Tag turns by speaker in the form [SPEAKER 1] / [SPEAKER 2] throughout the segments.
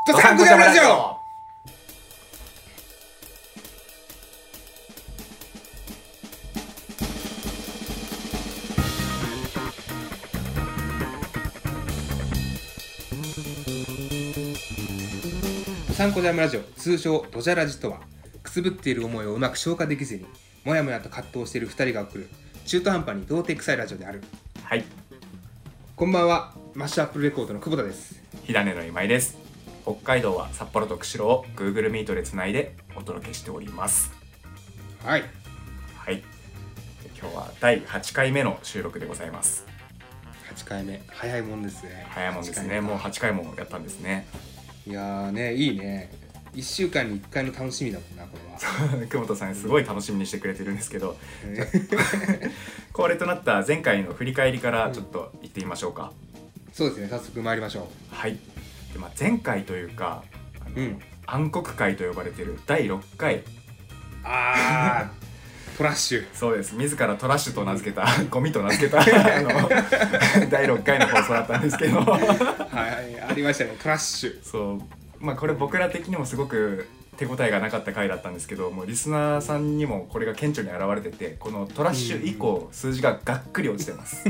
[SPEAKER 1] ドサンコジャムラジオ。ドサンコジャムラジオ、通称ドジャラジとは、くすぶっている思いをうまく消化できずにもやもやと葛藤している2人が送る中途半端に童貞臭いラジオである。
[SPEAKER 2] はい、
[SPEAKER 1] こんばんは。マッシュアップルレコードの久保田です。
[SPEAKER 2] 火種の今井です。北海道は札幌と釧路を Google Meet でつないでお届けしております。
[SPEAKER 1] はい、
[SPEAKER 2] 今日は第8回目の収録でございます。
[SPEAKER 1] 8回目、早いもんですね。
[SPEAKER 2] 早いもんですね。もう8回もやったんですね。
[SPEAKER 1] いやーね、いいね。1週間に1回の楽しみだもんな、これは。
[SPEAKER 2] 久保田さんすごい楽しみにしてくれてるんですけど、恒例となった前回の振り返りからちょっと言ってみましょうか。
[SPEAKER 1] そうですね、早速参りましょう。
[SPEAKER 2] はい。で、前回というか暗黒会と呼ばれている第6回
[SPEAKER 1] トラッシュ。
[SPEAKER 2] そうです。自らトラッシュと名付けた、ゴミと名付けた第6回の放送だったんですけど
[SPEAKER 1] はい、ありましたね、トラッシュ。
[SPEAKER 2] そう、これ僕ら的にもすごく手応えがなかった回だったんですけど、もうリスナーさんにもこれが顕著に現れてて、このトラッシュ以降数字ががっくり落ちてます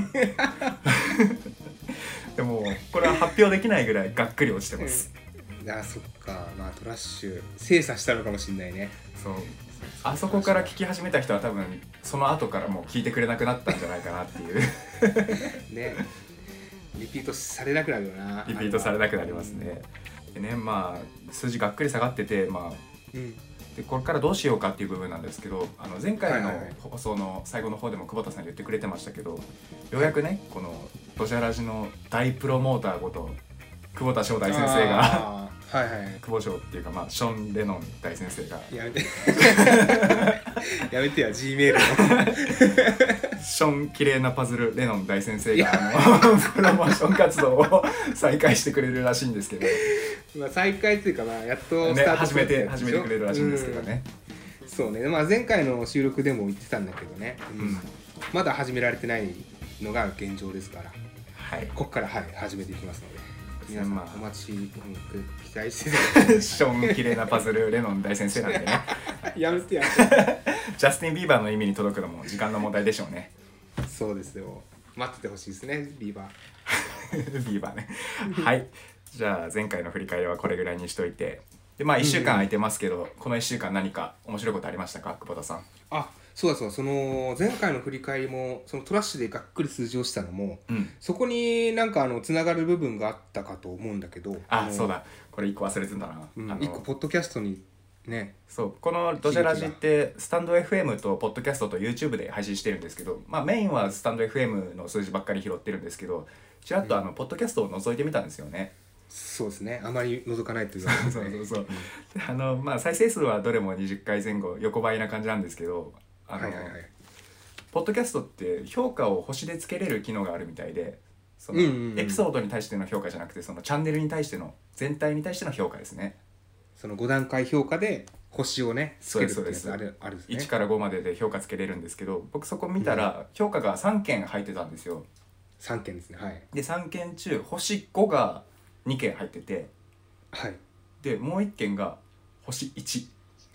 [SPEAKER 2] でもこれは発表できないぐらいがっくり落ちてます。
[SPEAKER 1] いや、そっか。トラッシュ精査したのかもしれないね。
[SPEAKER 2] そう、あそこから聞き始めた人は多分その後からもう聞いてくれなくなったんじゃないかなっていう
[SPEAKER 1] ね、リピートされなくなるよな。
[SPEAKER 2] リピートされなくなりますね。でね、数字がっくり下がってて、でこれからどうしようかっていう部分なんですけど、前回の放送の最後の方でも久保田さん言ってくれてましたけど、ようやくね、このドジャラジの大プロモーターこと久保田翔大先生が久保翔っていうか、ショーン・レノン大先生が
[SPEAKER 1] やめてやめてや、 G メールの
[SPEAKER 2] ショーン綺麗なパズルレノン大先生がプロモーション活動を再開してくれるらしいんですけど
[SPEAKER 1] 再開っていうか、やっとスタート
[SPEAKER 2] 始めてくれるらしいんですけどね。
[SPEAKER 1] そうね、前回の収録でも言ってたんだけどね、まだ始められてないのが現状ですから、ここから始めていきますので、皆さんお待ち、期待してて
[SPEAKER 2] ショーン綺麗なパズルレノン大先生なんでね
[SPEAKER 1] やめてや
[SPEAKER 2] ジャスティン・ビーバーの意味に届くのも時間の問題でしょうね。
[SPEAKER 1] そうですよ、待っててほしいですね、ビーバー
[SPEAKER 2] ビーバーねはい、じゃあ前回の振り返りはこれぐらいにしといて、で1週間空いてますけど、この1週間何か面白いことありましたか、久保田さん。
[SPEAKER 1] そうだ、その前回の振り返りも、そのトラッシュでがっくり数字をしたのも、そこになんかつながる部分があったかと思うんだけど、
[SPEAKER 2] そうだ、これ1個忘れてたな。
[SPEAKER 1] 1個ポッドキャストにね、
[SPEAKER 2] そう、このドジャラジってスタンド FM とポッドキャストと YouTube で配信してるんですけど、メインはスタンド FM の数字ばっかり拾ってるんですけど、ちらっとポッドキャストを覗いてみたんですよね。
[SPEAKER 1] そうですね、あまり覗かないというか、
[SPEAKER 2] そう再生数はどれも20回前後、横ばいな感じなんですけど、ポッドキャストって評価を星でつけれる機能があるみたいで、そのエピソードに対しての評価じゃなくて、そのチャンネルに対しての、全体に対しての評価ですね。
[SPEAKER 1] その5段階評価で星をねつけるってやつあるですね。
[SPEAKER 2] 1から5までで評価つけれるんですけど、僕そこ見たら評価が3件入ってたんですよ。
[SPEAKER 1] 3件ですね。はい。
[SPEAKER 2] で3件中星5が2件入ってて、でもう1件が星1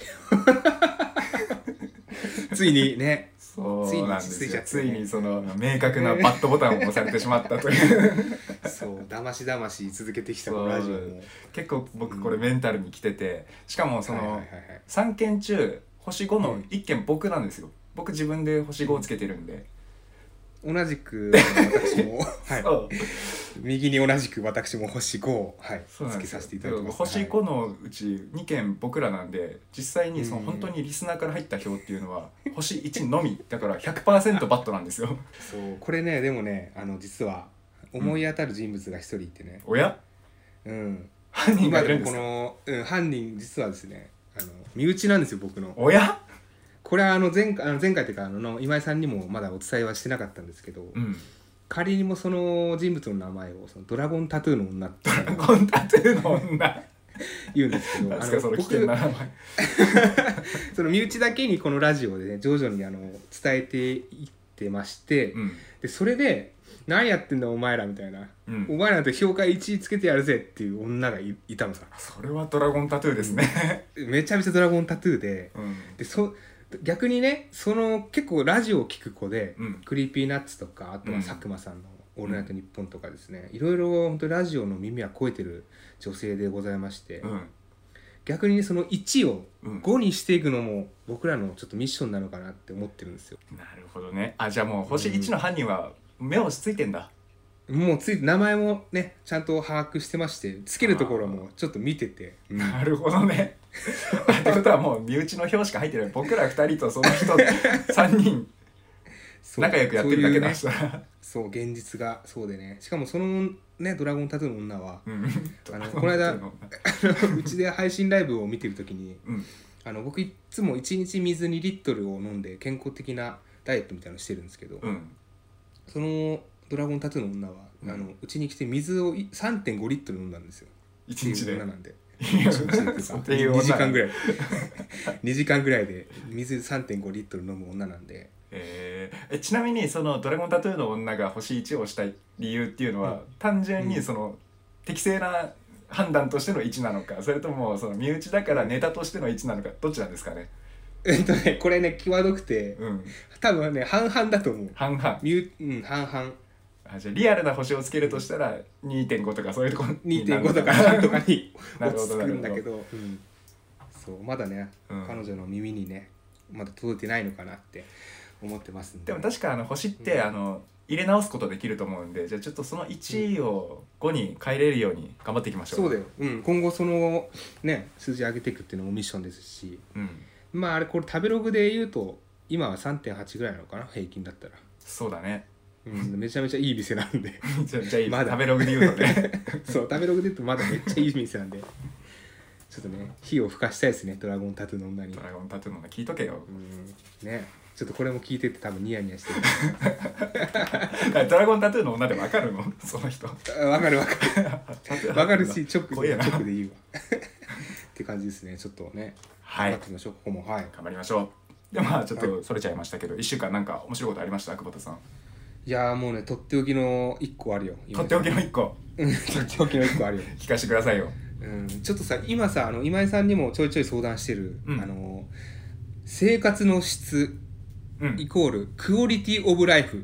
[SPEAKER 1] ついにね、
[SPEAKER 2] そうなんですよ。ついにその明確なバットボタンを押されてしまったという
[SPEAKER 1] そうだまし続けてきたこのラジオも
[SPEAKER 2] 結構僕これメンタルに来てて、しかもその3件中星5の1件僕なんですよ。僕自分で星5をつけてるんで、
[SPEAKER 1] 同じく私も右に同じく私も星5をつけさせていただきます。
[SPEAKER 2] 星5のうち2件僕らなんで、実際にその本当にリスナーから入った票っていうのは星1のみだから 100% バットなんですよ。
[SPEAKER 1] そう、これね、でもね、実は思い当たる人物が一人いてね。
[SPEAKER 2] おや？犯人がいるんですか？
[SPEAKER 1] 犯人実はですね、身内なんですよ、僕の。
[SPEAKER 2] おや？
[SPEAKER 1] これは前回というか今井さんにもまだお伝えはしてなかったんですけど、仮にもその人物の名前をそのドラゴンタトゥーの女って
[SPEAKER 2] ドラゴンタトゥーの女
[SPEAKER 1] 言うんですけど、
[SPEAKER 2] その危険な名前
[SPEAKER 1] その身内だけにこのラジオでね徐々に伝えていってまして、でそれで何やってんだお前らみたいな、お前らなんて評価1位つけてやるぜっていう女が いたのさ。
[SPEAKER 2] それはドラゴンタトゥーですね、
[SPEAKER 1] めちゃめちゃドラゴンタトゥーで、で逆にね結構ラジオを聞く子で、クリーピーナッツとかあとは佐久間さんの「オールナイトニッポン」とかですね、いろいろ本当にラジオの耳は超えてる女性でございまして、逆にその1を5にしていくのも僕らのちょっとミッションなのかなって思ってるんですよ。
[SPEAKER 2] なるほどね。じゃあもう星1の犯人は目をついてんだ。
[SPEAKER 1] もう名前もねちゃんと把握してまして、つけるところもちょっと見てて、
[SPEAKER 2] なるほどね。ってことはもう身内の票しか入ってない。僕ら2人とその人3人仲良くやってるだけだしたら、
[SPEAKER 1] そう現実がそうでね、しかもそのねドラゴンタトゥーの女は、この間うちで配信ライブを見てる時に、僕いつも1日水2リットルを飲んで健康的なダイエットみたいなのしてるんですけど、そのドラゴンタトゥーの女は、うちに来て水を 3.5 リットル飲んだんですよ。
[SPEAKER 2] 1日で。
[SPEAKER 1] 女なんで2時間ぐらい2時間ぐらいで水 3.5 リットル飲む女なんで。
[SPEAKER 2] ちなみにそのドラゴンタトゥーの女が星1をしたい理由っていうのは、単純にその、適正な判断としての1なのか、それともその身内だからネタとしての1なのか、どっちなんですかね。
[SPEAKER 1] これね際どくて、多分ね半々だと思う。
[SPEAKER 2] 半々。
[SPEAKER 1] 半々。
[SPEAKER 2] じゃあリアルな星をつけるとしたら 2.5 とかそういうところ
[SPEAKER 1] 2.5 とか3とかに落ち着くんだけど、そうまだね、彼女の耳にねまだ届いてないのかなって思ってますんで。
[SPEAKER 2] でも確か星って、入れ直すことできると思うんで、じゃあちょっとその1位を5に変えれるように頑張っていきましょう。
[SPEAKER 1] そうだよ、今後そのね数字上げていくっていうのもミッションですし、まああれこれ食べログで言うと今は 3.8 ぐらいなのかな、平均だったら。
[SPEAKER 2] そうだね。
[SPEAKER 1] めちゃめちゃいい店なんで
[SPEAKER 2] じゃあいい、まだ食べログで言うとね
[SPEAKER 1] そう食べログで言うとまだめっちゃいい店なんでちょっとね火を吹かしたいですね、ドラゴンタトゥーの女に。
[SPEAKER 2] ドラゴンタトゥーの女聞いとけよ。
[SPEAKER 1] ね、ちょっとこれも聞いてて多分ニヤニヤして
[SPEAKER 2] るドラゴンタトゥーの女で分かるのその人。
[SPEAKER 1] 分かる分かるし直でいいわって感じですね。ちょっとね頑張ってみましょう。ここも頑
[SPEAKER 2] 張りましょう。でまあちょっとそれちゃいましたけど、1週間なんか面白いことありました久保田さん。
[SPEAKER 1] いやもうねとっておきの1個あるよ。
[SPEAKER 2] とっておきの1個
[SPEAKER 1] とっておきの1個あるよ
[SPEAKER 2] 聞かせてくださいよ。
[SPEAKER 1] ちょっとさ今さ今井さんにもちょいちょい相談してる、生活の質、イコールクオリティオブライフ、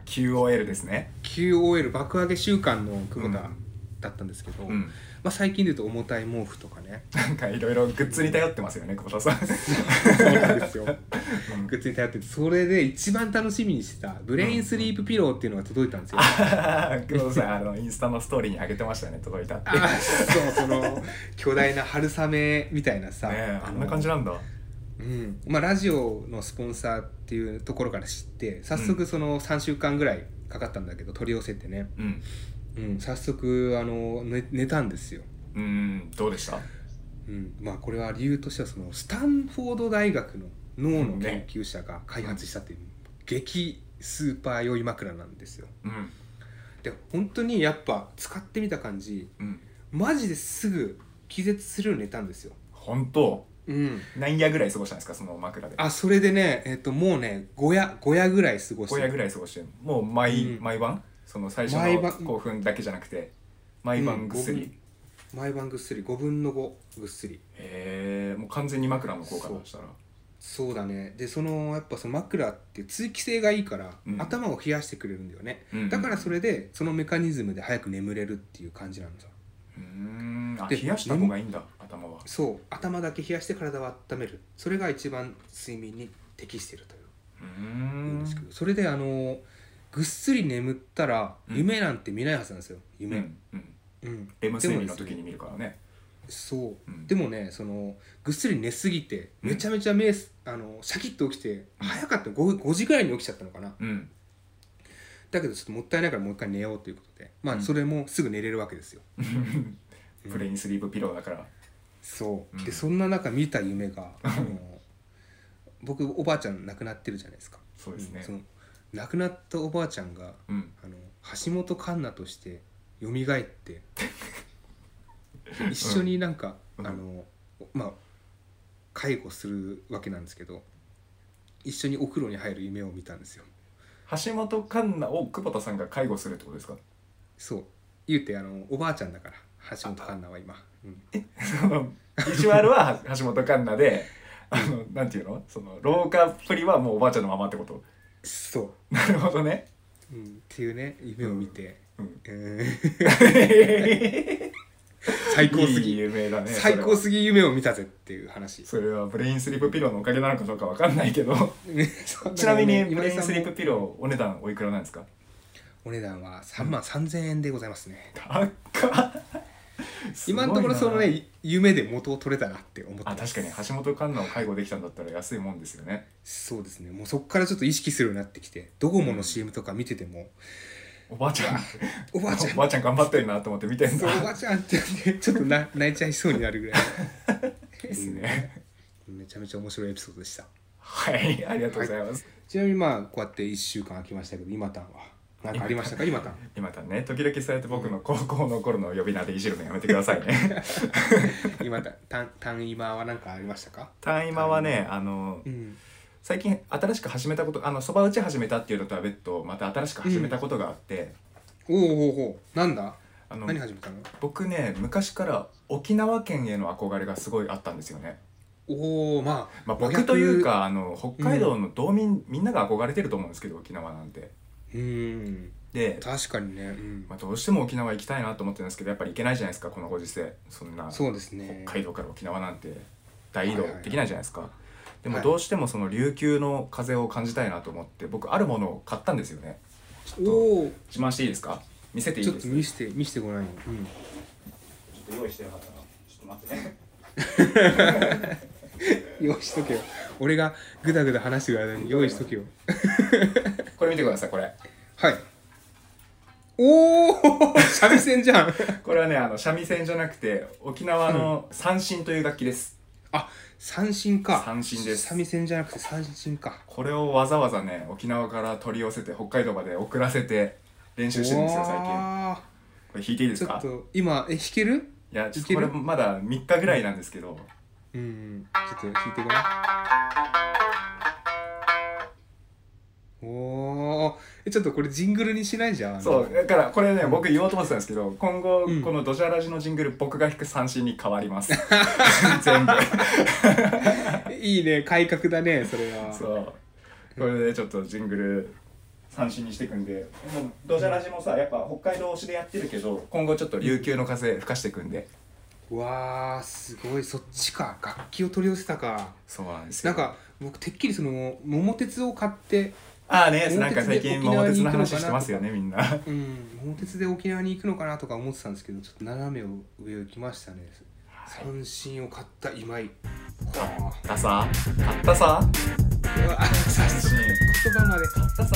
[SPEAKER 2] QOL ですね。
[SPEAKER 1] QOL 爆上げ週間の久保田だったんですけど、最近で言うと重たい毛布とかね、
[SPEAKER 2] なんかいろいろグッズに頼ってますよね久保田さん
[SPEAKER 1] そうなんですよ、グッズに頼ってて、それで一番楽しみにしてたブレインスリープピローっていうのが届いたんですよ。
[SPEAKER 2] 久保田さんインスタのストーリーに上げてましたよね、届いたって。
[SPEAKER 1] そうその巨大な春雨みたいなさ、
[SPEAKER 2] あんな感じなんだ。
[SPEAKER 1] ラジオのスポンサーっていうところから知って早速その3週間ぐらいかかったんだけど取り寄せてね、早速寝たんですよ。
[SPEAKER 2] どうでした？
[SPEAKER 1] これは理由としてはそのスタンフォード大学の脳の研究者が開発したっていう激スーパー酔い枕なんですよ。で本当にやっぱ使ってみた感じ、マジですぐ気絶するように寝たんですよ。
[SPEAKER 2] 本当？何夜ぐらい過ごしたんですかその枕で。
[SPEAKER 1] それでねもうね5夜ぐらい過ごして
[SPEAKER 2] 5夜ぐらい過ごしてもう毎晩その最初の興奮だけじゃなくて毎晩ぐっすり、
[SPEAKER 1] 毎晩ぐっすり5分の5ぐっすり。
[SPEAKER 2] もう完全に枕の効果だしたら。
[SPEAKER 1] そうだね。でやっぱその枕って通気性がいいから、頭を冷やしてくれるんだよね、だからそれでそのメカニズムで早く眠れるっていう感じなんだ。
[SPEAKER 2] 冷やした方がいいんだ頭は。
[SPEAKER 1] そう頭だけ冷やして体を温める、それが一番睡眠に適しているというですけど、それでぐっすり眠ったら夢なんて見ないはずなんですよ。夢、
[SPEAKER 2] レム睡眠の時に見るからね。
[SPEAKER 1] そう、でもねぐっすり寝すぎてめちゃめちゃ目シャキッと起きて、早かった 5時ぐらいに起きちゃったのかな、だけどちょっともったいないからもう一回寝ようということで、それもすぐ寝れるわけですよ
[SPEAKER 2] ブレインスリープピローだから。
[SPEAKER 1] そう、でそんな中見た夢が僕おばあちゃん亡くなってるじゃないですか。
[SPEAKER 2] そうですね、
[SPEAKER 1] その亡くなったおばあちゃんが、橋本環奈として蘇って一緒になんか、介護するわけなんですけど、一緒にお風呂に入る夢を見たんですよ。
[SPEAKER 2] 橋本環奈を久保田さんが介護するってことですか？
[SPEAKER 1] そう言うておばあちゃんだから橋本環奈は今、
[SPEAKER 2] ビジュアルは橋本環奈でなんていうの、その廊下っぷりはもうおばあちゃんのままってこと？
[SPEAKER 1] そう
[SPEAKER 2] なるほどね、
[SPEAKER 1] っていうね夢を見て、
[SPEAKER 2] 最高すぎ夢だね。
[SPEAKER 1] 最高すぎ夢を見たぜっていう話。
[SPEAKER 2] それはブレインスリープピローのおかげなのかどうかわかんないけどちなみにブレインスリープピローお値段おいくらなんですか？
[SPEAKER 1] お値段は3万3000円でございますね。
[SPEAKER 2] 高っ
[SPEAKER 1] 今のところそのね夢で元を取れたなって思ってます。
[SPEAKER 2] 確かに橋本環奈を介護できたんだったら安いもんですよね。
[SPEAKER 1] そうですね。もうそこからちょっと意識するようになってきて、ドコモの CM とか見てても、
[SPEAKER 2] おばあちゃん
[SPEAKER 1] おばあちゃん
[SPEAKER 2] おばあちゃん頑張ってるなと思って見てんだ。
[SPEAKER 1] おばあちゃんってちょっと泣いちゃいそうになるぐらい
[SPEAKER 2] ですね。
[SPEAKER 1] めちゃめちゃ面白いエピソードでした。
[SPEAKER 2] はい、ありがとうございます。
[SPEAKER 1] ちなみにこうやって1週間空きましたけど、今たんは何かありましたか？今たん
[SPEAKER 2] ね、時々そうやって僕の高校の頃の呼び名でいじるのやめてくださいね
[SPEAKER 1] 今たん今は何かありましたか？
[SPEAKER 2] 単今はね、最近新しく始めたことそば打ち始めたっていうのとは別途また新しく始めたことがあって、
[SPEAKER 1] おなんだ何始めたの？
[SPEAKER 2] 僕ね昔から沖縄県への憧れがすごいあったんですよね。僕というか北海道の道民、みんなが憧れてると思うんですけど沖縄なんて。で
[SPEAKER 1] 確かにね、
[SPEAKER 2] どうしても沖縄行きたいなと思ってるんですけどやっぱり行けないじゃないですかこのご時世。そんな
[SPEAKER 1] そうですね、
[SPEAKER 2] 北海道から沖縄なんて大移動できないじゃないですか。でもどうしてもその琉球の風を感じたいなと思って僕あるものを買ったんですよね。ちょっと自慢していいですか？見せていいですか？
[SPEAKER 1] ちょっと見せてごらんよ。
[SPEAKER 2] ちょっと用意してなかったな。ちょっと待ってね
[SPEAKER 1] 用意しとけよ。俺がグダグダ話してる間に用意しとけよ
[SPEAKER 2] これ見てください。これ
[SPEAKER 1] はい。おお三味線じゃん
[SPEAKER 2] これはね三味線じゃなくて沖縄の三線という楽器です。
[SPEAKER 1] 三線か。
[SPEAKER 2] 三線です。
[SPEAKER 1] 三味線じゃなくて三線か。
[SPEAKER 2] これをわざわざね沖縄から取り寄せて北海道まで送らせて練習してるんですよ最近。これ弾いていいですか？
[SPEAKER 1] ちょっと今弾ける？
[SPEAKER 2] いやちょっとこれまだ3日ぐらいなんですけど、
[SPEAKER 1] ちょっと弾いてごらん。ちょっとこれジングルにしないじゃん。
[SPEAKER 2] そうだからこれね、僕言おうと思ってたんですけど今後、このドジャラジのジングル僕が弾く三振に変わります全部
[SPEAKER 1] いいね、改革だねそれは。
[SPEAKER 2] そうこれでちょっとジングル三振にしていくんで、もうドジャラジもさやっぱ北海道推しでやってるけど今後ちょっと琉球の風吹かしていくんで。
[SPEAKER 1] わーすごい、そっちか、楽器を取り寄せたか。
[SPEAKER 2] そうなんですよ。
[SPEAKER 1] なんか僕てっきりその桃鉄を買って、
[SPEAKER 2] なんか最近桃鉄の話してますよねみんな
[SPEAKER 1] 桃鉄で沖縄に行くのかなとか思ってたんですけど、ちょっと斜め上を行きましたね。三振を買った今井。
[SPEAKER 2] 買ったさ三振
[SPEAKER 1] 言葉まで
[SPEAKER 2] 買ったさ。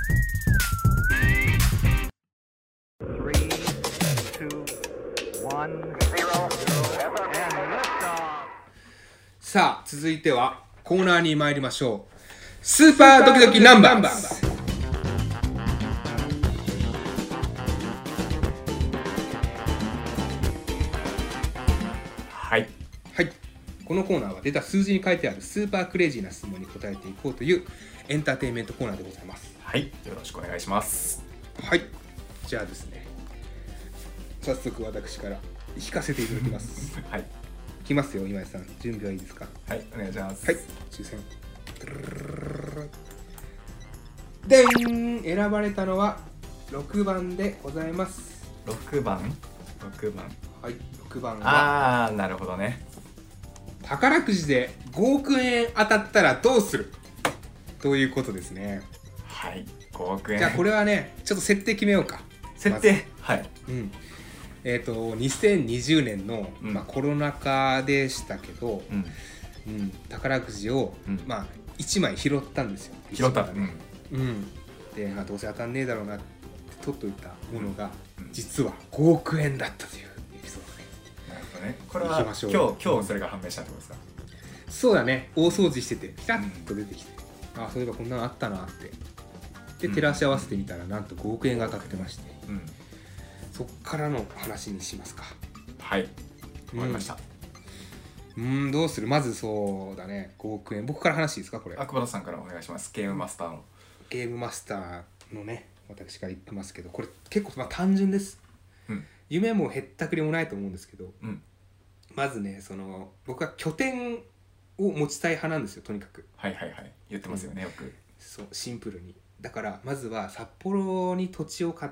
[SPEAKER 1] さあ続いてはコーナーに参りましょう。スーパードキドキナンバーズ。
[SPEAKER 2] はい、
[SPEAKER 1] このコーナーは出た数字に書いてあるスーパークレイジーな質問に答えていこうというエンターテインメントコーナーでございます。
[SPEAKER 2] はい、よろしくお願いします。
[SPEAKER 1] はい、じゃあですね、早速私から引かせていただきます
[SPEAKER 2] はい、
[SPEAKER 1] いきますよ。今井さん準備はいいですか？
[SPEAKER 2] はい、お願いします。
[SPEAKER 1] はい、抽選でん、選ばれたのは6番でございます。
[SPEAKER 2] 6番
[SPEAKER 1] はい、6番は
[SPEAKER 2] なるほどね。
[SPEAKER 1] 宝くじで5億円当たったらどうするということですね。
[SPEAKER 2] はい、5億円。
[SPEAKER 1] じゃあこれはねちょっと設定決めようか。
[SPEAKER 2] 設定、はい、
[SPEAKER 1] 2020年の、コロナ禍でしたけど、宝くじを、1枚拾ったんですよ。
[SPEAKER 2] 拾った
[SPEAKER 1] ね。で、どうせ当たんねえだろうなって取っといたものが、実は5億円だったというエピソードね。
[SPEAKER 2] なるほどね。これは今日それが判明したってことですか？
[SPEAKER 1] そうだね。大掃除しててピタッと出てきて、そういえばこんなのあったなって。で照らし合わせてみたらなんと5億円が当たってまして、そっからの話にしますか。
[SPEAKER 2] はい、わかりました。
[SPEAKER 1] どうする？まずそうだね、5億円。僕から話いいですかこれ？
[SPEAKER 2] 久保田さんからお願いします。ゲームマスターの。
[SPEAKER 1] ゲームマスターのね私から言ってますけど、これ結構単純です、夢もへったくりもないと思うんですけど、まずね僕は拠点を持ちたい派なんですよ、とにかく。
[SPEAKER 2] はいはいはい、言ってますよね、よく。
[SPEAKER 1] そうシンプルに。だからまずは札幌に土地を買って、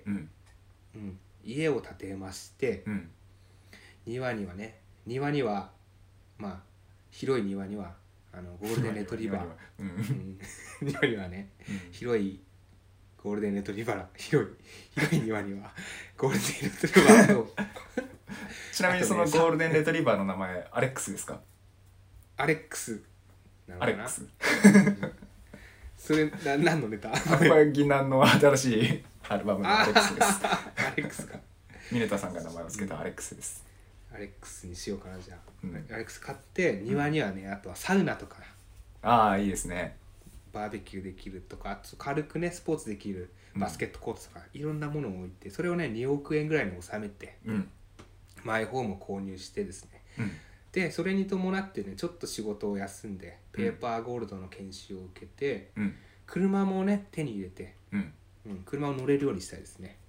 [SPEAKER 1] 家を建てまして、庭にはまあ広い庭にはゴールデンレトリバー庭にはね、広いゴールデンレトリバー広い庭にはゴールデンレトリバーと
[SPEAKER 2] ちなみにそのゴールデンレトリバーの名前アレックスですか？
[SPEAKER 1] アレックスなのかな。
[SPEAKER 2] アレックス
[SPEAKER 1] それ何のネタ？
[SPEAKER 2] これ疑難の新しいアルバムのアレックスです。
[SPEAKER 1] アレックスか。
[SPEAKER 2] ミネタさんが名前を付けたアレックスです。
[SPEAKER 1] アレックスにしようかな、じゃあ、アレックス買って庭にはね、あとはサウナとか、
[SPEAKER 2] ああいいですね、
[SPEAKER 1] バーベキューできるとか、あと軽くねスポーツできるバスケットコートとか、いろんなものを置いて、それをね2億円ぐらいに収めて、マイホームを購入してですね、でそれに伴ってねちょっと仕事を休んでペーパーゴールドの研修を受けて、車もね手に入れて、車を乗れるようにしたいですね。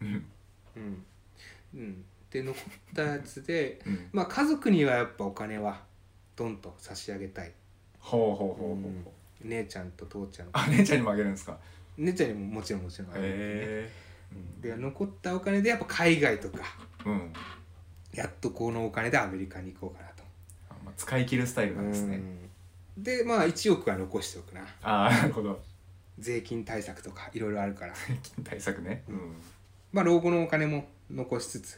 [SPEAKER 1] で残ったやつで、まあ家族にはやっぱお金はドンと差し上げたい。姉ちゃんと父ちゃん。
[SPEAKER 2] あ、姉ちゃんにもあげるんですか？
[SPEAKER 1] 姉ちゃんにももちろんあげる、で残ったお金でやっぱ海外とか、やっとこのお金でアメリカに行こうかなと。
[SPEAKER 2] 使い切るスタイルなんですね。
[SPEAKER 1] でまあ1億は残しておくな。
[SPEAKER 2] ああなるほど。
[SPEAKER 1] 税金対策とかいろいろあるから。
[SPEAKER 2] 税金対策ね。
[SPEAKER 1] まあ老後のお金も残しつつ、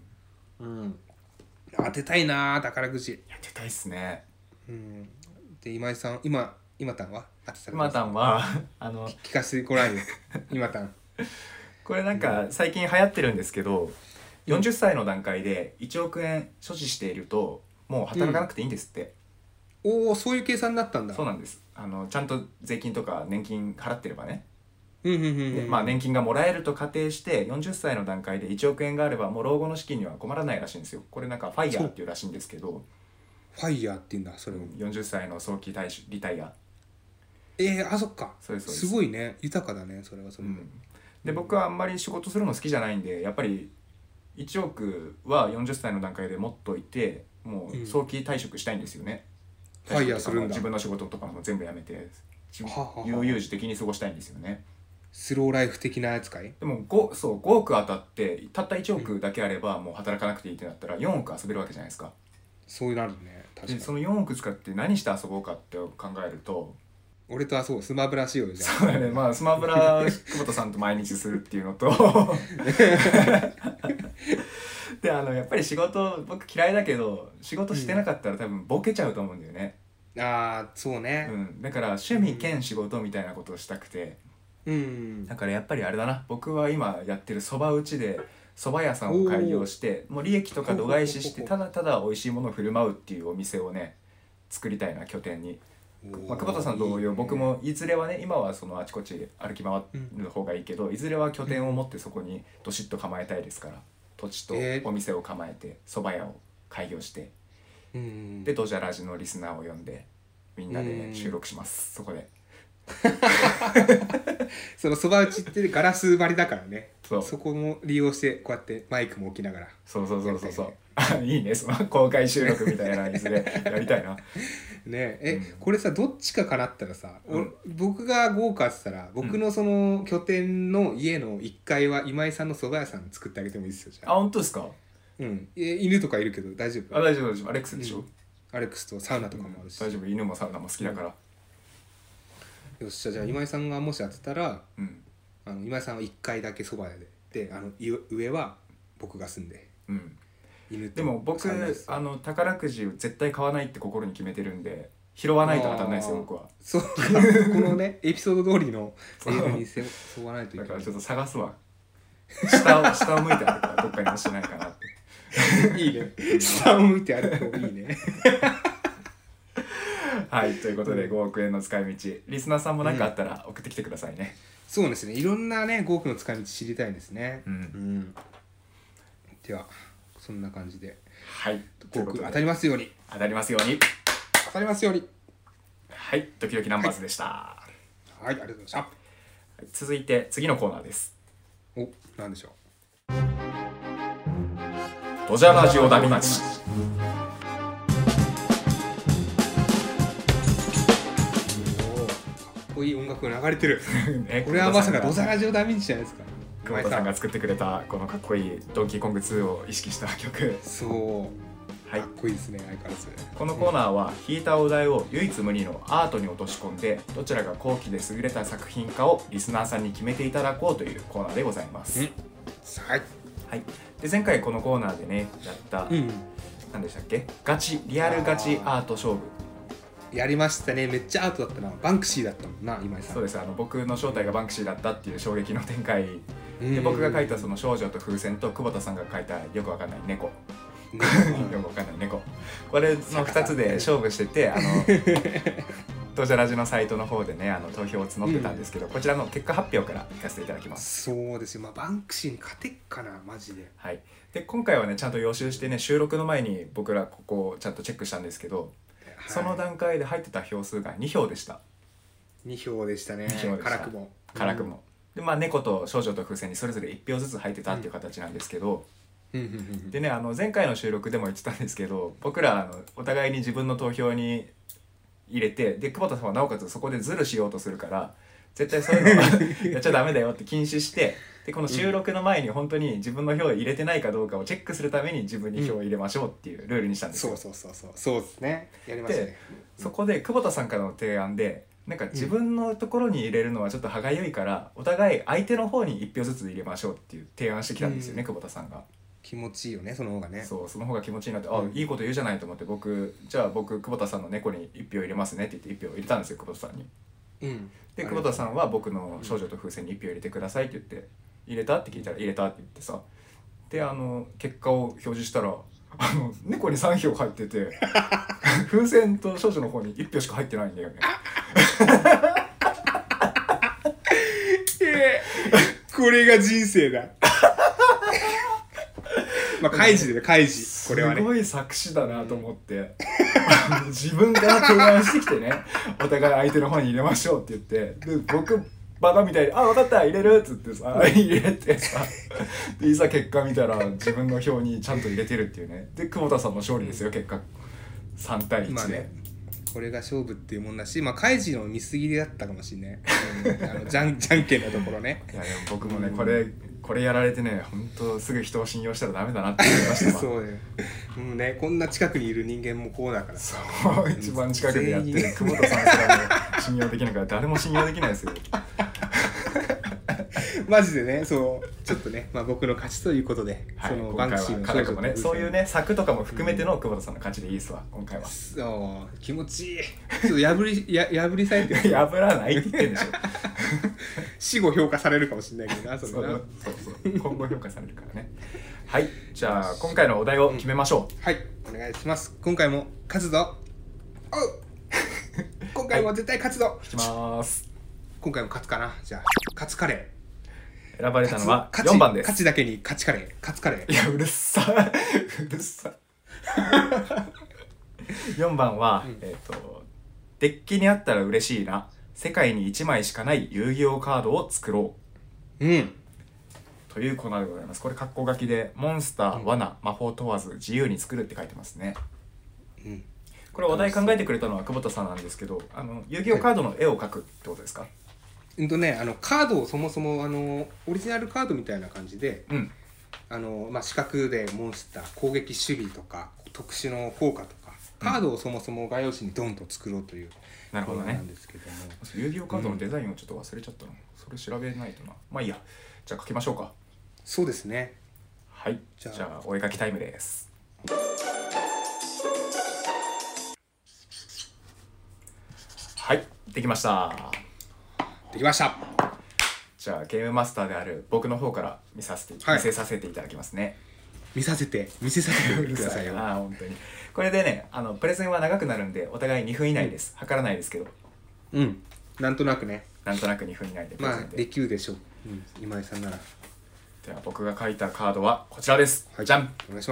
[SPEAKER 1] 当てたいな、宝くじ。
[SPEAKER 2] 当てたいっすね。
[SPEAKER 1] で今井さん、今たんは当てた
[SPEAKER 2] 今たんは
[SPEAKER 1] 聞かせてごらんよ。今たん
[SPEAKER 2] これなんか最近流行ってるんですけど、40歳の段階で1億円所持しているともう働かなくていいんですって。
[SPEAKER 1] おお、そういう計算になったんだ。
[SPEAKER 2] そうなんです。ちゃんと税金とか年金払ってればね。でまあ年金がもらえると仮定して40歳の段階で1億円があればもう老後の資金には困らないらしいんですよ。これなんかファイヤーっていうらしいんですけど。
[SPEAKER 1] ファイヤーって言うんだ、それを。
[SPEAKER 2] 40歳の早期リタイア。
[SPEAKER 1] あ、そっか。すごいね、豊かだね、それはそれ
[SPEAKER 2] で。僕はあんまり仕事するの好きじゃないんで、やっぱり1億は40歳の段階で持っといて、もう早期退職したいんですよね。
[SPEAKER 1] ファイヤーするんだ。
[SPEAKER 2] 自分の仕事とかも全部やめて悠々自適に過ごしたいんですよね。
[SPEAKER 1] スローライフ的なやつかい？
[SPEAKER 2] でも5億当たってたった1億だけあればもう働かなくていいってなったら4億遊べるわけじゃないですか。
[SPEAKER 1] そうなるね。確かに。
[SPEAKER 2] でその4億使って何して遊ぼうかって考えると、
[SPEAKER 1] 俺とスマブラしようじゃん。
[SPEAKER 2] そうだね、まあスマブラ久保田さんと毎日するっていうのとでやっぱり仕事僕嫌いだけど仕事してなかったら多分ボケちゃうと思うんだよね。
[SPEAKER 1] ああそうね、
[SPEAKER 2] だから趣味兼仕事みたいなことをしたくて、だからやっぱりあれだな、僕は今やってるそば打ちで蕎麦屋さんを開業して、もう利益とか度外視してただただ美味しいものを振る舞うっていうお店をね作りたいな、拠点に。久保田さん同様、僕もいずれはね、今はそのあちこち歩き回る方がいいけど、いずれは拠点を持ってそこにどしっと構えたいですから、土地とお店を構えて蕎麦屋を開業して、でドジャラジのリスナーを呼んでみんなで収録します、そこで。
[SPEAKER 1] そのそば打ちってガラス張りだからね、
[SPEAKER 2] そ
[SPEAKER 1] こも利用してこうやってマイクも置きながら。
[SPEAKER 2] そういいね、その公開収録みたいないずれやりたいな
[SPEAKER 1] ね。これさどっちかかなったらさ、僕が豪華って言ったら僕のその拠点の家の1階は今井さんの蕎麦屋さん作ってあげてもいいですよ。じゃあ
[SPEAKER 2] 本当ですか？
[SPEAKER 1] 犬とかいるけど大丈夫？
[SPEAKER 2] 大丈夫、アレックスでしょ、
[SPEAKER 1] アレックスとサウナとかもあるし、
[SPEAKER 2] 大丈夫、犬もサウナも好きだから、
[SPEAKER 1] よっしゃ、じゃあ今井さんがもし当てたら、今井さんは1階だけそば屋で上は僕が住んで、犬と
[SPEAKER 2] でも僕宝くじ絶対買わないって心に決めてるんで、拾わないと当たんないですよ僕は。
[SPEAKER 1] そうこのねエピソード通りの映画に沿わないといけない。
[SPEAKER 2] だからちょっと探すわ、下を向いてあるからどっかに落ちてないかなって
[SPEAKER 1] いいね、下を向いてあるといいね
[SPEAKER 2] はい、ということで5億円の使い道、リスナーさんも何かあったら送ってきてくださいね。
[SPEAKER 1] そうですね、いろんなね5億の使い道知りたいんですね。ではそんな感じで、5億当たりますように。
[SPEAKER 2] 当たりますように。
[SPEAKER 1] 当たりますように。
[SPEAKER 2] はい、ドキドキナンバーズでした。
[SPEAKER 1] はい、ありがとうございました。
[SPEAKER 2] 続いて次のコーナーです。
[SPEAKER 1] お、なんでしょう。
[SPEAKER 2] ドジャラジオダヴィンチ。
[SPEAKER 1] こういい音楽が流れてる
[SPEAKER 2] ね、
[SPEAKER 1] これはまさかドジャラジオダヴィンチじゃないですか。
[SPEAKER 2] 久保田さんが作ってくれたこのかっこいいドンキーコング2を意識した曲。
[SPEAKER 1] そう、
[SPEAKER 2] はい、
[SPEAKER 1] かっこいいですね。相変わらず
[SPEAKER 2] このコーナーは引いたお題を唯一無二のアートに落とし込んで、どちらが後期で優れた作品かをリスナーさんに決めていただこうというコーナーでございます。
[SPEAKER 1] はい、
[SPEAKER 2] はい、で前回このコーナーでねやった、何でしたっけ、リアルガチアート勝負
[SPEAKER 1] やりましたね。めっちゃアートだったな。バンクシーだったもんな、今井さん。
[SPEAKER 2] そうです。僕の正体がバンクシーだったっていう衝撃の展開で、僕が描いたその少女と風船と久保田さんが描いたよくわかんない猫よくわかんない猫、これの2つで勝負してて、ドジャラジのサイトの方でね投票を募ってたんですけど、こちらの結果発表からいかせていただきます。
[SPEAKER 1] そうですよ、まあ、バンクシーに勝てっかなマジで。
[SPEAKER 2] はい、で今回はねちゃんと予習してね、収録の前に僕らここをちゃんとチェックしたんですけど、その段階で入ってた票数が2票でした。
[SPEAKER 1] 2票でしたね。辛くも
[SPEAKER 2] 辛くも、でまあ猫と少女と風船にそれぞれ1票ずつ入ってたっていう形なんですけど、でね前回の収録でも言ってたんですけど、僕らお互いに自分の投票に入れて、で久保田さんはなおかつそこでズルしようとするから絶対そういうのはやっちゃダメだよって禁止して、でこの収録の前に本当に自分の票を入れてないかどうかをチェックするために自分に票を入れましょうっていうルールにしたんですよ。
[SPEAKER 1] そうですね。やりましたね。
[SPEAKER 2] でそこで久保田さんからの提案で、なんか自分のところに入れるのはちょっと歯がゆいから、お互い相手の方に1票ずつ入れましょうっていう提案してきたんですよね、久保田さんが。
[SPEAKER 1] 気持ちいいよね、その方がね。
[SPEAKER 2] そう、その方が気持ちいいなって、いいこと言うじゃないと思って、じゃあ僕久保田さんの猫に1票入れますねって言って1票入れたんですよ、久保田さんに。で久保田さんは僕の少女と風船に1票入れてくださいって言って、入れたって聞いたら入れたって言ってさ、で結果を表示したら猫に3票入ってて風船と少女の方に1票しか入ってないんだよね
[SPEAKER 1] これが人生だまあ開示で開示、これはね
[SPEAKER 2] すごい作詞だなと思って自分から提案してきてね、お互い相手の方に入れましょうって言って、で僕バカみたいに「あ分かった入れる」っつってさ入れてさ、でいざ結果見たら自分の票にちゃんと入れてるっていうね。で久保田さんの勝利ですよ、結果3対1で、
[SPEAKER 1] まあね、これが勝負っていうもんだし、まあ開示の見過ぎだったかもしれないじゃんけんのところね。
[SPEAKER 2] いやでも僕もね、これやられてね、本当すぐ人を信用したらダメだなって思いました
[SPEAKER 1] そうね、もうね、こんな近くにいる人間もこうだから。
[SPEAKER 2] そう一番近くでやってる久保田さんすらも信用できないから誰も信用できないですよ
[SPEAKER 1] マジでね、そうちょっとね、まあ僕の勝ちということで、
[SPEAKER 2] はい、
[SPEAKER 1] そのバンクシーの
[SPEAKER 2] 少女もね、そういうね作とかも含めての久保田さんの勝ちでいいですわ、今回は。
[SPEAKER 1] そう気持ちいい。ちょっと破りされてる
[SPEAKER 2] 破らないって言ってんでしょ
[SPEAKER 1] 死後評価されるかもしれないけどな、
[SPEAKER 2] そう今後評価されるからね。はい、じゃあ今回のお題を決めましょう。
[SPEAKER 1] はい、お願いします。今回も勝つぞ。今回も絶対勝つぞ。
[SPEAKER 2] いきます。
[SPEAKER 1] 今回も勝つかな。じゃあ勝つカレー
[SPEAKER 2] 選ばれたのは4番です。
[SPEAKER 1] 勝ちだけに勝ちカレー、勝つカレー。
[SPEAKER 2] いやうるさうるさ4番は、デッキにあったら嬉しいな、世界に1枚しかない遊戯王カードを作ろう、というコーナーでございます。これ括弧書きでモンスター、罠、魔法問わず自由に作るって書いてますね。これお題考えてくれたのは久保田さんなんですけど、遊戯王カードの絵を描くってことですか？
[SPEAKER 1] カードをそもそもオリジナルカードみたいな感じで、まあ、四角でモンスター、攻撃守備とか特殊の効果とか、カードをそもそも画用紙にドンと作ろうという
[SPEAKER 2] なるほどね。
[SPEAKER 1] なんですけども、
[SPEAKER 2] 遊戯王カードのデザインをちょっと忘れちゃったの、それ調べないとな。まあいいや、じゃあ書きましょうか。
[SPEAKER 1] そうですね。
[SPEAKER 2] はい、じゃあお絵描きタイムです。はい、できました。
[SPEAKER 1] できました。
[SPEAKER 2] じゃあゲームマスターである僕の方から見せさせていただきますね。
[SPEAKER 1] 見せさせてくださいよ。
[SPEAKER 2] 本当にこれでね、プレゼンは長くなるんでお互い2分以内です。測らないですけど、
[SPEAKER 1] なんとなくね、
[SPEAKER 2] なんとなく2分以内でプレゼンで、
[SPEAKER 1] まあできるでしょう、今井さんなら。
[SPEAKER 2] では僕が書いたカードはこちらです。じゃん、
[SPEAKER 1] お願いします。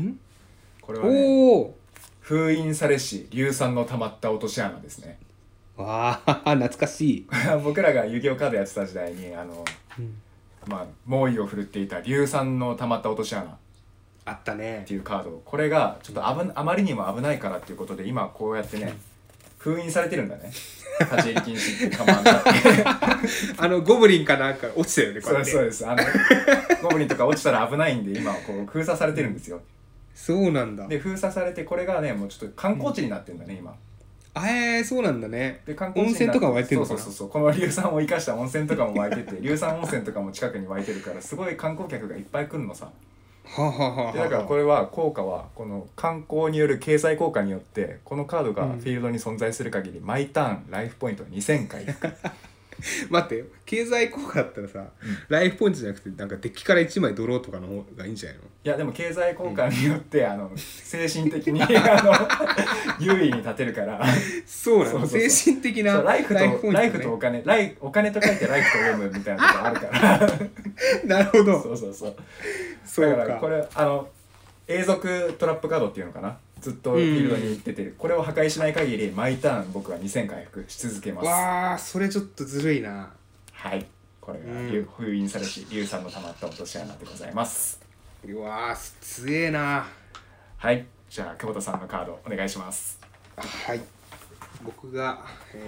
[SPEAKER 2] これはね、封印されし硫酸の溜まった落とし穴ですね。
[SPEAKER 1] わあ懐かしい
[SPEAKER 2] 僕らが遊戯王カードやってた時代にまあ猛威を振るっていた硫酸の溜まった落とし穴
[SPEAKER 1] あったね
[SPEAKER 2] っていうカード、これがちょっとあまりにも危ないからっていうことで今こうやってね封印されてるんだね。立ち入り禁止って看板があって
[SPEAKER 1] ゴブリンかなんか落ちたよねこ
[SPEAKER 2] うやって。そうですゴブリンとか落ちたら危ないんで今こう封鎖されてるんですよ、
[SPEAKER 1] そうなんだ。
[SPEAKER 2] で封鎖されてこれがねもうちょっと観光地になってるんだね、今。
[SPEAKER 1] そうなんだね。
[SPEAKER 2] で観光地
[SPEAKER 1] 温泉とか湧いてるのかな。
[SPEAKER 2] そうこの硫酸を生かした温泉とかも湧いてて硫酸温泉とかも近くに湧いてるからすごい観光客がいっぱい来るのさ。でだからこれは効果はこの観光による経済効果によってこのカードがフィールドに存在する限り、毎ターンライフポイント2000回
[SPEAKER 1] 待って経済効果だったらさ、ライフポイントじゃなくてなんかデッキから1枚ドローとかの方がいいんじゃないの。
[SPEAKER 2] いやでも経済効果によって、精神的に優位に立てるから
[SPEAKER 1] そうなの。精神的な
[SPEAKER 2] ライフとお金お金と書いてライフと読むみたいなとこあるから
[SPEAKER 1] なるほど。
[SPEAKER 2] そうだからこれ永続トラップカードっていうのかな、ずっとフィールドに出てる、これを破壊しない限り毎ターン僕は2000回復し続けます。
[SPEAKER 1] わあそれちょっとずるいな。
[SPEAKER 2] はい、これが封印されし硫酸の溜まった落とし穴でございます。
[SPEAKER 1] うわー強えな。
[SPEAKER 2] はい、じゃあ久保田さんのカードお願いします。
[SPEAKER 1] はい、僕が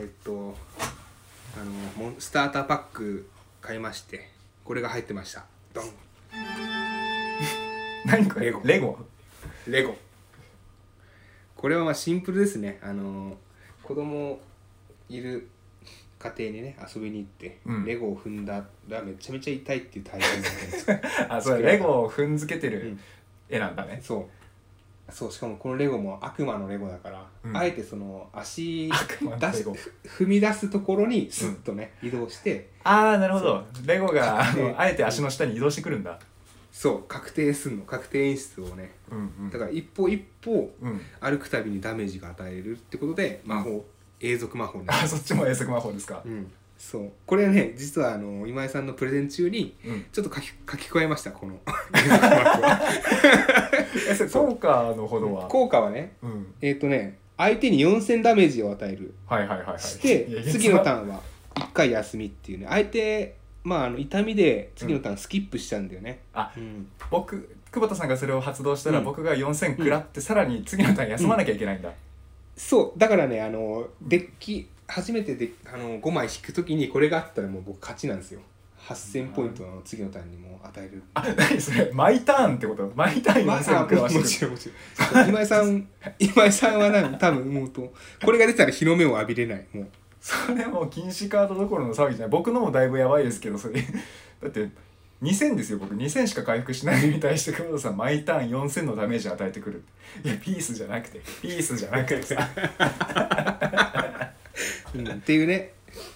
[SPEAKER 1] スターターパック買いまして、これが入ってました。ドン
[SPEAKER 2] 何これ。レゴ
[SPEAKER 1] これはまあシンプルですね。子供いる家庭にね遊びに行って、レゴを踏んだらめちゃめちゃ痛いっていう体験なんです
[SPEAKER 2] それレゴを踏んづけてる絵なんだね。
[SPEAKER 1] そうしかもこのレゴも悪魔のレゴだから、あえてその足踏み出すところにスッとね、移動して。
[SPEAKER 2] なるほど。レゴがあえて足の下に移動してくるんだ。
[SPEAKER 1] そう確定すんの、確定演出をね、だから一歩一歩歩くたびにダメージが与えるってことで魔法、永続魔法になる。
[SPEAKER 2] そっちも永続魔法ですか。
[SPEAKER 1] そうこれね実は今井さんのプレゼン中にちょっと書き加えました、この永続魔法は
[SPEAKER 2] 効果のほどは
[SPEAKER 1] 効果はね、相手に4000ダメージを与える。して次のターンは1回休みっていうね、相手痛みで次のターンスキップしちゃうんだよね。
[SPEAKER 2] 久保田さんがそれを発動したら、僕が4000食らって、さらに次のターン休まなきゃいけないんだ。
[SPEAKER 1] そうだからねデッキ初めて5枚引くときにこれがあったらもう僕勝ちなんですよ。8000ポイントの次のターンにも与える。
[SPEAKER 2] 何それ毎ターンってこと？毎ターン4000食らわしてる。
[SPEAKER 1] もちろん今井さんは多分もうこれが出たら日の目を浴びれない。もう
[SPEAKER 2] それもう禁止カードどころの騒ぎじゃない。僕のもだいぶやばいですけど、それだって2000ですよ。僕2000しか回復しないのに対して久保田さん毎ターン4000のダメージ与えてくる。いやピースじゃなくてさ
[SPEAKER 1] っていうね。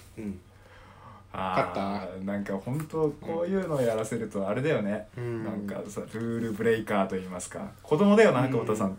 [SPEAKER 1] 勝った。
[SPEAKER 2] なんか本当こういうのをやらせるとあれだよね、なんかさルールブレイカーと言いますか、子供だよな久保田さんって。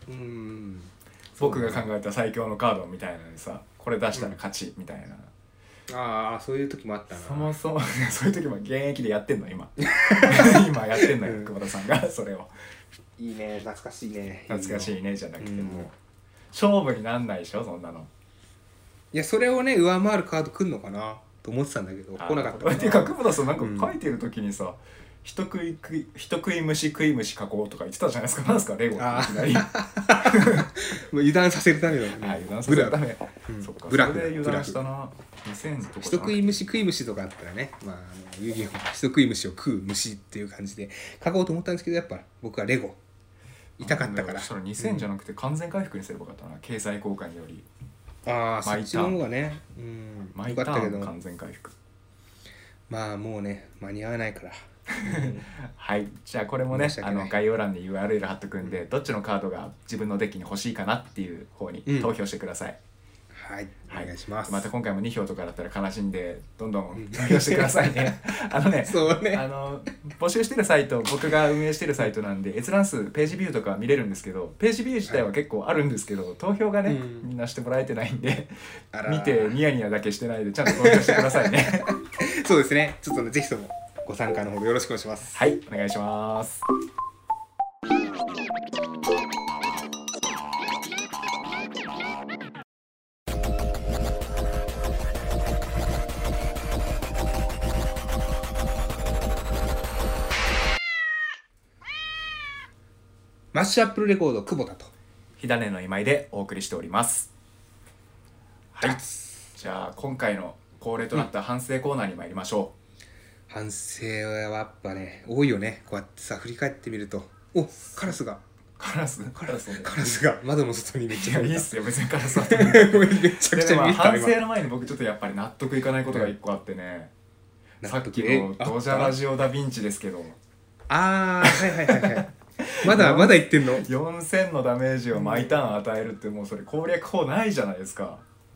[SPEAKER 2] 僕が考えた最強のカードみたいなのにさ、これ出したら勝ちみたいな。
[SPEAKER 1] そういう時もあったな。
[SPEAKER 2] そもそもそういう時も現役でやってんの今今やってんのよ、久保田さんがそれを。
[SPEAKER 1] いいね、懐かしいね。
[SPEAKER 2] 懐かしいねじゃなくて、もう勝負になんないでしょそんなの。
[SPEAKER 1] いやそれをね上回るカード来んのかなと思ってたんだけど来なかった。
[SPEAKER 2] っていうか久保田さんなんか書いてる時にさ、人食い虫書こうとか言ってたじゃないですか。なんですかレゴっていきなりも
[SPEAKER 1] う油断させるための
[SPEAKER 2] 油断させるため。そっか、それで油断したな。2000とか
[SPEAKER 1] 人食い虫とかあったらね、遊戯王人食い虫を食う虫っていう感じで書こうと思ったんですけど、やっぱ僕はレゴ痛かったから。
[SPEAKER 2] そしたら2000じゃなくて完全回復にすればよかったな、経済効果により。
[SPEAKER 1] そっちの方がね、
[SPEAKER 2] 毎ターン完全回復。
[SPEAKER 1] もうね間に合わないから
[SPEAKER 2] はい、じゃあこれもね概要欄に URL 貼っとくんで、どっちのカードが自分のデッキに欲しいかなっていう方に投票してください。
[SPEAKER 1] はい、お願いします。
[SPEAKER 2] また今回も2票とかだったら悲しんでどんどん投票してくださいね。
[SPEAKER 1] そうね、
[SPEAKER 2] 募集してるサイト、僕が運営してるサイトなんで閲覧数ページビューとか見れるんですけど、ページビュー自体は結構あるんですけど、投票がねみんなしてもらえてないんで、見てニヤニヤだけしてないでちゃんと投票してくださいね。
[SPEAKER 1] そうですね、ちょっとねぜひともご参加のほどよろしくお願いします。
[SPEAKER 2] はい、お願いします。
[SPEAKER 1] マッシュアップルレコード久保田と
[SPEAKER 2] 火種の今井でお送りしております。はい、じゃあ今回の恒例となった反省コーナーに参りましょ
[SPEAKER 1] う。反省はやっぱね多いよね。こうやってさ振り返ってみると、おカラスが窓の外にめっちゃ
[SPEAKER 2] いいっすよ別にカラスは
[SPEAKER 1] めちゃくちゃ見えた。
[SPEAKER 2] 反省の前に僕ちょっとやっぱり納得いかないことが一個あってね、さっきのドジャラジオダヴィンチですけど、
[SPEAKER 1] はいまだ言ってんの。
[SPEAKER 2] 4000のダメージを毎ターン与えるってもうそれ攻略法ないじゃないですか。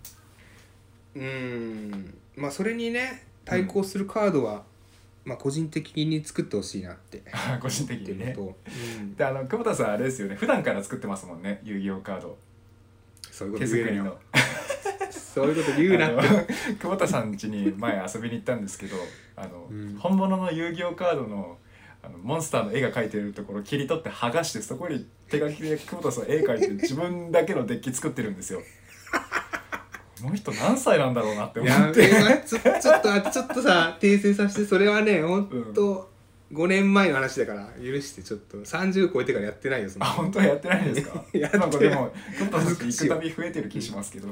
[SPEAKER 1] まあそれにね対抗するカードは、まあ個人的に作ってほしいなって
[SPEAKER 2] 個人的にね。で久保田さんあれですよね、普段から作ってますもんね、遊戯王カード。
[SPEAKER 1] そういうこと言うなよ。
[SPEAKER 2] 手作りの
[SPEAKER 1] そういうこと言うなって
[SPEAKER 2] 久保田さん家に前遊びに行ったんですけど本物の遊戯王カードのモンスターの絵が描いてるところを切り取って剥がして、そこに手書きで久保田さん絵描いて自分だけのデッキ作ってるんですよ。この人何歳なんだろうなって思って。
[SPEAKER 1] ちょっとさ訂正させて、それはねほんと5年前の話だから許して。ちょっと30超えてからやってないよそんな。
[SPEAKER 2] 本当はやってないんですか。なんかでも久保田さんって行くたび増えてる気しますけど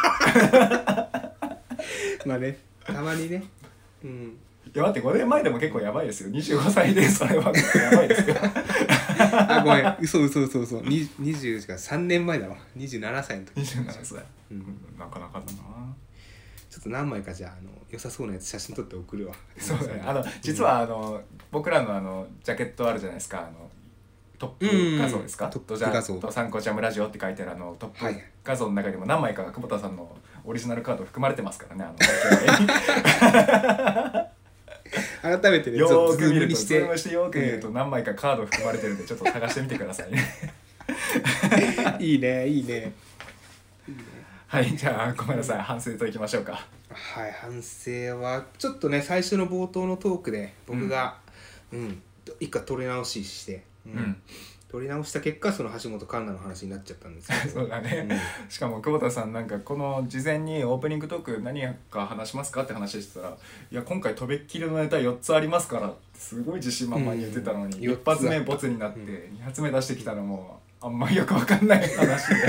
[SPEAKER 1] まあねたまにね。
[SPEAKER 2] いや待って5年前でも結構やばいですよ。25歳でそれは結構やばいですよ
[SPEAKER 1] ごめん嘘20が3年前だわ。27歳の時。
[SPEAKER 2] 27歳、なかなかだな。
[SPEAKER 1] ちょっと何枚かじゃあ良さそうなやつ写真撮って送るわ。
[SPEAKER 2] そうだね。実は僕らのジャケットあるじゃないですか。トップ画像ですか。トップ画像とサンコチャムラジオって書いてあるトップ画像の中にも何枚か久保田さんのオリジナルカード含まれてますからね。
[SPEAKER 1] 改めてね
[SPEAKER 2] よーく見るとズームしてよーく見ると何枚かカード含まれてるんでちょっと探してみてくださいね
[SPEAKER 1] いいね。
[SPEAKER 2] はい、じゃあごめんなさい、反省といきましょうか。
[SPEAKER 1] はい、反省はちょっとね最初の冒頭のトークで僕が一回取り直しして、取り直した結果その橋本環奈の話になっちゃったんですけど
[SPEAKER 2] そうだね、しかも久保田さんなんかこの事前にオープニングトーク何か話しますかって話してたら、いや今回とびっきりのネタ4つありますからってすごい自信満々に言ってたのに、一発目ボツになって2発目出してきたのもあんまりよく分かんない話で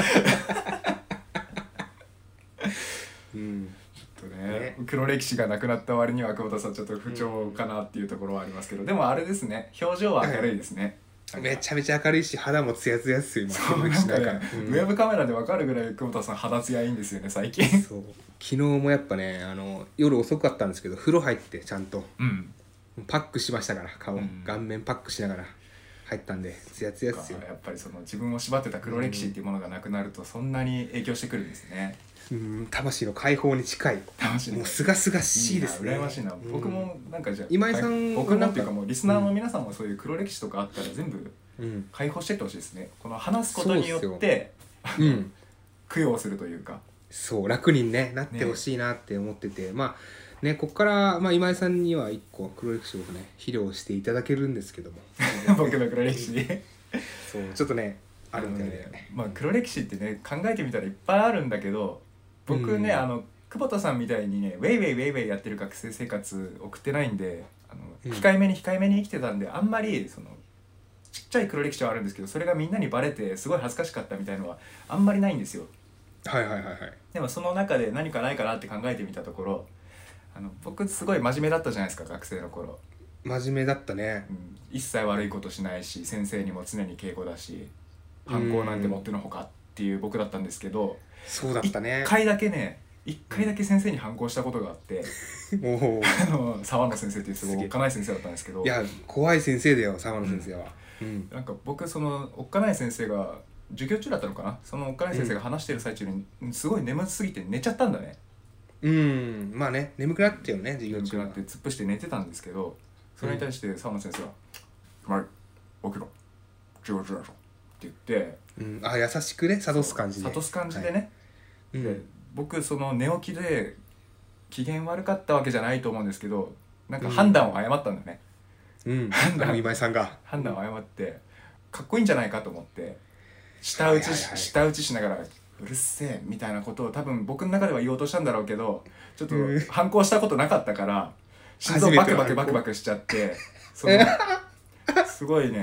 [SPEAKER 2] ちょっとね黒歴史がなくなった割には久保田さんちょっと不調かなっていうところはありますけど、でもあれですね、表情は明るいですね。
[SPEAKER 1] めちゃめちゃ明るいし肌もツヤツヤっすよ今。
[SPEAKER 2] そうなんかね、ウェブカメラで分かるぐらい久保田さん肌ツヤいいんですよね最近。
[SPEAKER 1] そう昨日もやっぱね夜遅かったんですけど風呂入ってちゃんと、パックしましたから顔、顔面パックしながら入ったんでツヤツヤっすよ。
[SPEAKER 2] やっぱりその自分を縛ってた黒歴史っていうものがなくなるとそんなに影響してくるんですね。
[SPEAKER 1] 魂の解放に近い。もうすがすがしいですね。
[SPEAKER 2] 羨ましいな。僕もなんかじゃあ
[SPEAKER 1] 今井さん
[SPEAKER 2] 僕もっていうかもうリスナーの皆さんもそういう黒歴史とかあったら全部解放してってほしいですね。この話すことによって供養するというか、
[SPEAKER 1] そう楽にねなってほしいなって思ってて、まあねこっから今井さんには一個黒歴史をね披露していただけるんですけども
[SPEAKER 2] 僕の黒歴史
[SPEAKER 1] そうちょっとねあるみたいだよね。
[SPEAKER 2] 黒歴史ってね考えてみたらいっぱいあるんだけど、僕ね久保田さんみたいにねウェイウェイウェイウェイやってる学生生活送ってないんで控えめに生きてたんで、あんまりそのちっちゃい黒歴史はあるんですけどそれがみんなにバレてすごい恥ずかしかったみたいのはあんまりないんですよ。でもその中で何かないかなって考えてみたところ僕すごい真面目だったじゃないですか学生の頃。
[SPEAKER 1] 真面目だったね、
[SPEAKER 2] 一切悪いことしないし先生にも常に敬語だし反抗なんてもってのほかっていう僕だったんですけど、
[SPEAKER 1] そうだったね。
[SPEAKER 2] 一回だけ先生に反抗したことがあって沢野先生っていうすごいおっかない先生だったんですけど、
[SPEAKER 1] いや怖い先生だよ沢野先生は。
[SPEAKER 2] なんか僕そのおっかない先生が授業中だったのかな、そのおっかない先生が話してる最中にすごい眠すぎて寝ちゃったんだね。
[SPEAKER 1] まあね眠くなっちゃうよね授業中は。
[SPEAKER 2] 眠くなって突っ伏して寝てたんですけど、それに対して沢野先生が「はい起きろ授業中だぞ」って言って、
[SPEAKER 1] 優しくね諭す感じ
[SPEAKER 2] でね、で僕その寝起きで機嫌悪かったわけじゃないと思うんですけど、なんか判断を誤ったんだね。
[SPEAKER 1] 今井さんが
[SPEAKER 2] 判断を誤ってかっこいいんじゃないかと思って舌打ちしながらうるせえみたいなことを多分僕の中では言おうとしたんだろうけど、ちょっと反抗したことなかったから心臓バクバクしちゃって、そのすごいね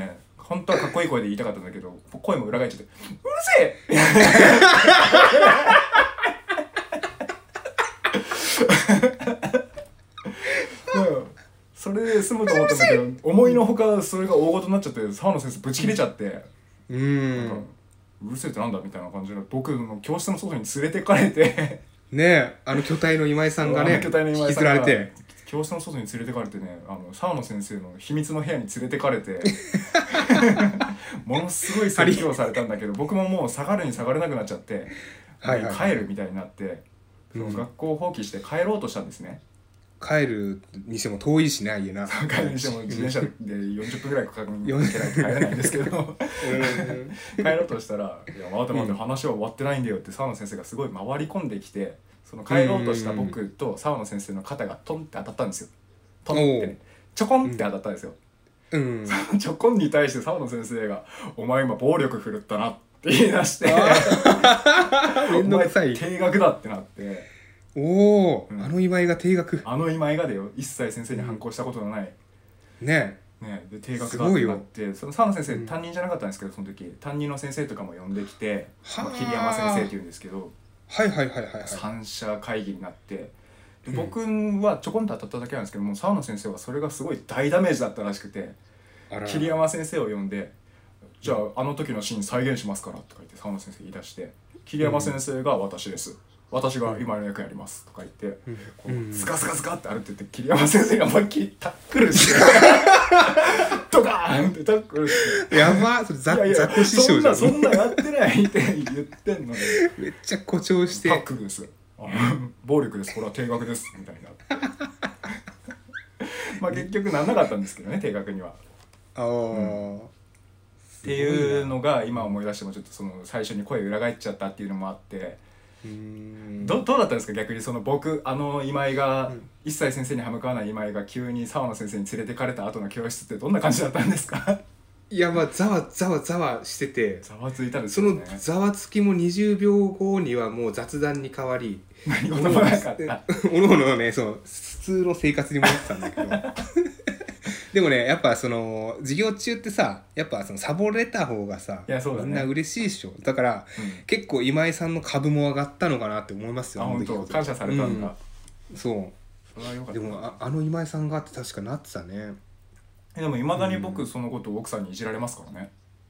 [SPEAKER 2] 本当はかっこいい声で言いたかったんだけど声も裏返っちゃってうるせえそれで済むと思ったんだけど思いのほかそれが大事になっちゃって澤野先生ブチ切れちゃって、うるせえってなんだみたいな感じで僕の教室の外に連れてかれて
[SPEAKER 1] ねえ巨体の今井さんがね引きずられて
[SPEAKER 2] 教室の外に連れてかれてね澤野先生の秘密の部屋に連れてかれてものすごい説教されたんだけど僕ももう下がるに下がれなくなっちゃって、帰るみたいになって、その学校を放棄して帰ろうとしたんですね。
[SPEAKER 1] 帰るにしても遠いしね家な。
[SPEAKER 2] 帰るにしても自転車で40分ぐらいかけないと帰れないんですけど帰ろうとしたら「いや待て待て話は終わってないんだよ」って澤野先生がすごい回り込んできて、その帰ろうとした僕と澤野先生の肩がトンって当たったんですよ。トンってねちょこんって当たったんですよ。そのちょこんに対して澤野先生が「お前今暴力振るったな」って言い出して「お前定額だ」ってなって。
[SPEAKER 1] あの今井が定額。
[SPEAKER 2] あの今井がだよ、一切先生に反抗したことのない、
[SPEAKER 1] ね
[SPEAKER 2] で定額だってなって、その澤野先生、担任じゃなかったんですけどその時担任の先生とかも呼んできて、桐山先生っていうんですけど、三者会議になって、で僕はちょこんと当たっただけなんですけども、澤野先生はそれがすごい大ダメージだったらしくて、桐山先生を呼んで「じゃああの時のシーン再現しますから」とか言って澤野先生言い出して、桐山先生が「私です」私が今の役やりますとか言って、スカスカスカって歩ってて桐山先生が思いっきりタックルしてドカーンってタックルして、
[SPEAKER 1] やばそれザコ師匠じゃん。
[SPEAKER 2] そんなやってないって言ってんのに
[SPEAKER 1] めっちゃ誇張して
[SPEAKER 2] タックルです暴力ですこれは定額ですみたいなまあ結局なんなかったんですけどね定額には。っていうのが今思い出してもちょっとその最初に声裏返っちゃったっていうのもあって、どうだったんですか逆にその僕今井が、一切先生に歯向かわない今井が急に澤野先生に連れてかれた後の教室ってどんな感じだったんですか？
[SPEAKER 1] いやまあざわしてて、
[SPEAKER 2] ざわついたんですよね。
[SPEAKER 1] そのざわつきも20秒後にはもう雑談に変わり、
[SPEAKER 2] 何事もなかった
[SPEAKER 1] おのおのねその普通の生活に戻ってたんだけどでもねやっぱその授業中ってさやっぱそのサボれた方がさ、みんな嬉しいでしょ。だから、結構今井さんの株も上がったのかなって思いますよ。
[SPEAKER 2] 本当感謝されたんだ、
[SPEAKER 1] そう
[SPEAKER 2] それはよかった。
[SPEAKER 1] でも今井さんがって確かなってたね。
[SPEAKER 2] でもいまだに僕そのことを奥さんにいじられますからね。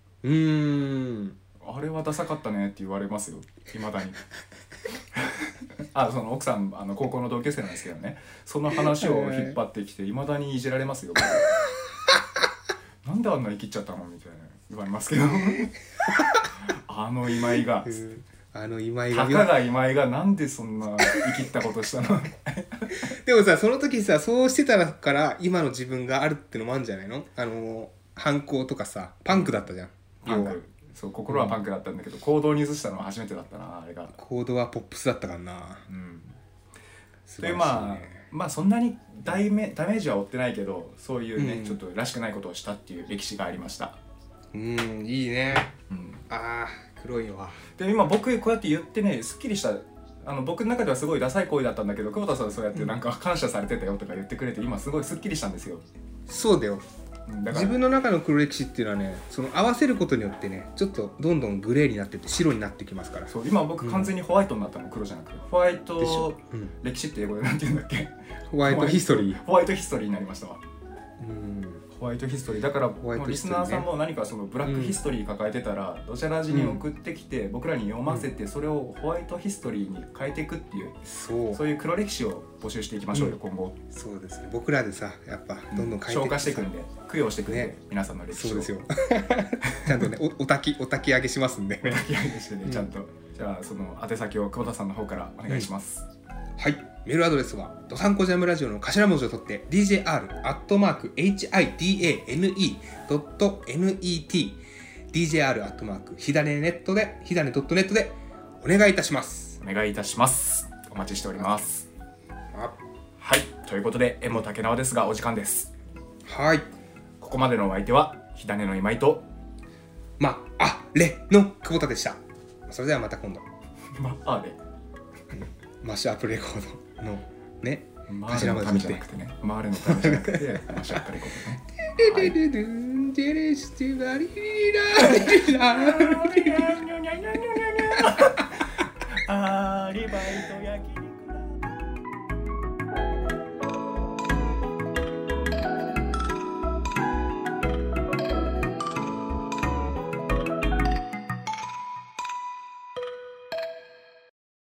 [SPEAKER 2] あれはダサかったねって言われますよいまだにその奥さん高校の同級生なんですけどね、その話を引っ張ってきていまだにいじられますよなんであんな生きっちゃったのみたいな言われますけど今井がたかが今井がなんでそんな生きったことしたの
[SPEAKER 1] でもさその時さそうしてたから今の自分があるってのもあるんじゃないの。反抗とかさパンクだったじゃん。
[SPEAKER 2] そう心はパンクだったんだけど、行動に移したのは初めてだったなあれが。
[SPEAKER 1] 行動はポップスだったからな。
[SPEAKER 2] でまあそんなにダメージは負ってないけどそういうね、ちょっとらしくないことをしたっていう歴史がありました。
[SPEAKER 1] いいね。黒いわ。
[SPEAKER 2] で今僕こうやって言ってねすっきりした。僕の中ではすごいダサい行為だったんだけど久保田さんそうやってなんか感謝されてたよとか言ってくれて今すごいすっきりしたんですよ。
[SPEAKER 1] そうだよ。自分の中の黒歴史っていうのはねその合わせることによってねちょっとどんどんグレーになってって白になってきますから。
[SPEAKER 2] そう今僕完全にホワイトになったの、黒じゃなくてホワイト、歴史って英語でなんて言うんだっけ
[SPEAKER 1] ホワイトヒストリー。
[SPEAKER 2] ホワイトヒストリーになりましたわ。ホワイトヒストリーだからリスナーさんも何かそのブラックヒストリー抱えてたらどちらじに送ってきて僕らに読ませてそれをホワイトヒストリーに変えていくっていうそういう黒歴史を募集していきましょうよ今後。
[SPEAKER 1] そうですね僕らでさやっぱどんどん変えて
[SPEAKER 2] 消化していくんで供養していくんで皆さんの歴史を。
[SPEAKER 1] そうですよちゃんとねお焚き上げしますんで
[SPEAKER 2] お焚き上げしてねちゃんと。じゃあその宛先を久保田さんの方からお願いします。
[SPEAKER 1] はいメールアドレスはどさんこジャムラジオの頭文字を取って djr@hidane.net djr@ ひだねネットでひだね .net でお願いいたします。
[SPEAKER 2] お願いいたします。お待ちしております。はいということで縁も竹縄ですがお時間です。
[SPEAKER 1] はい
[SPEAKER 2] ここまでのお相手はひだねの今井と
[SPEAKER 1] の久保田でした。それではまた今度
[SPEAKER 2] あれ
[SPEAKER 1] マッシュアップレコードのね
[SPEAKER 2] 頭文字じゃなくてね回れのためじゃなくてマッシュアップレコードね
[SPEAKER 1] ンジェレスティバリリラリラ
[SPEAKER 2] アリバイと焼き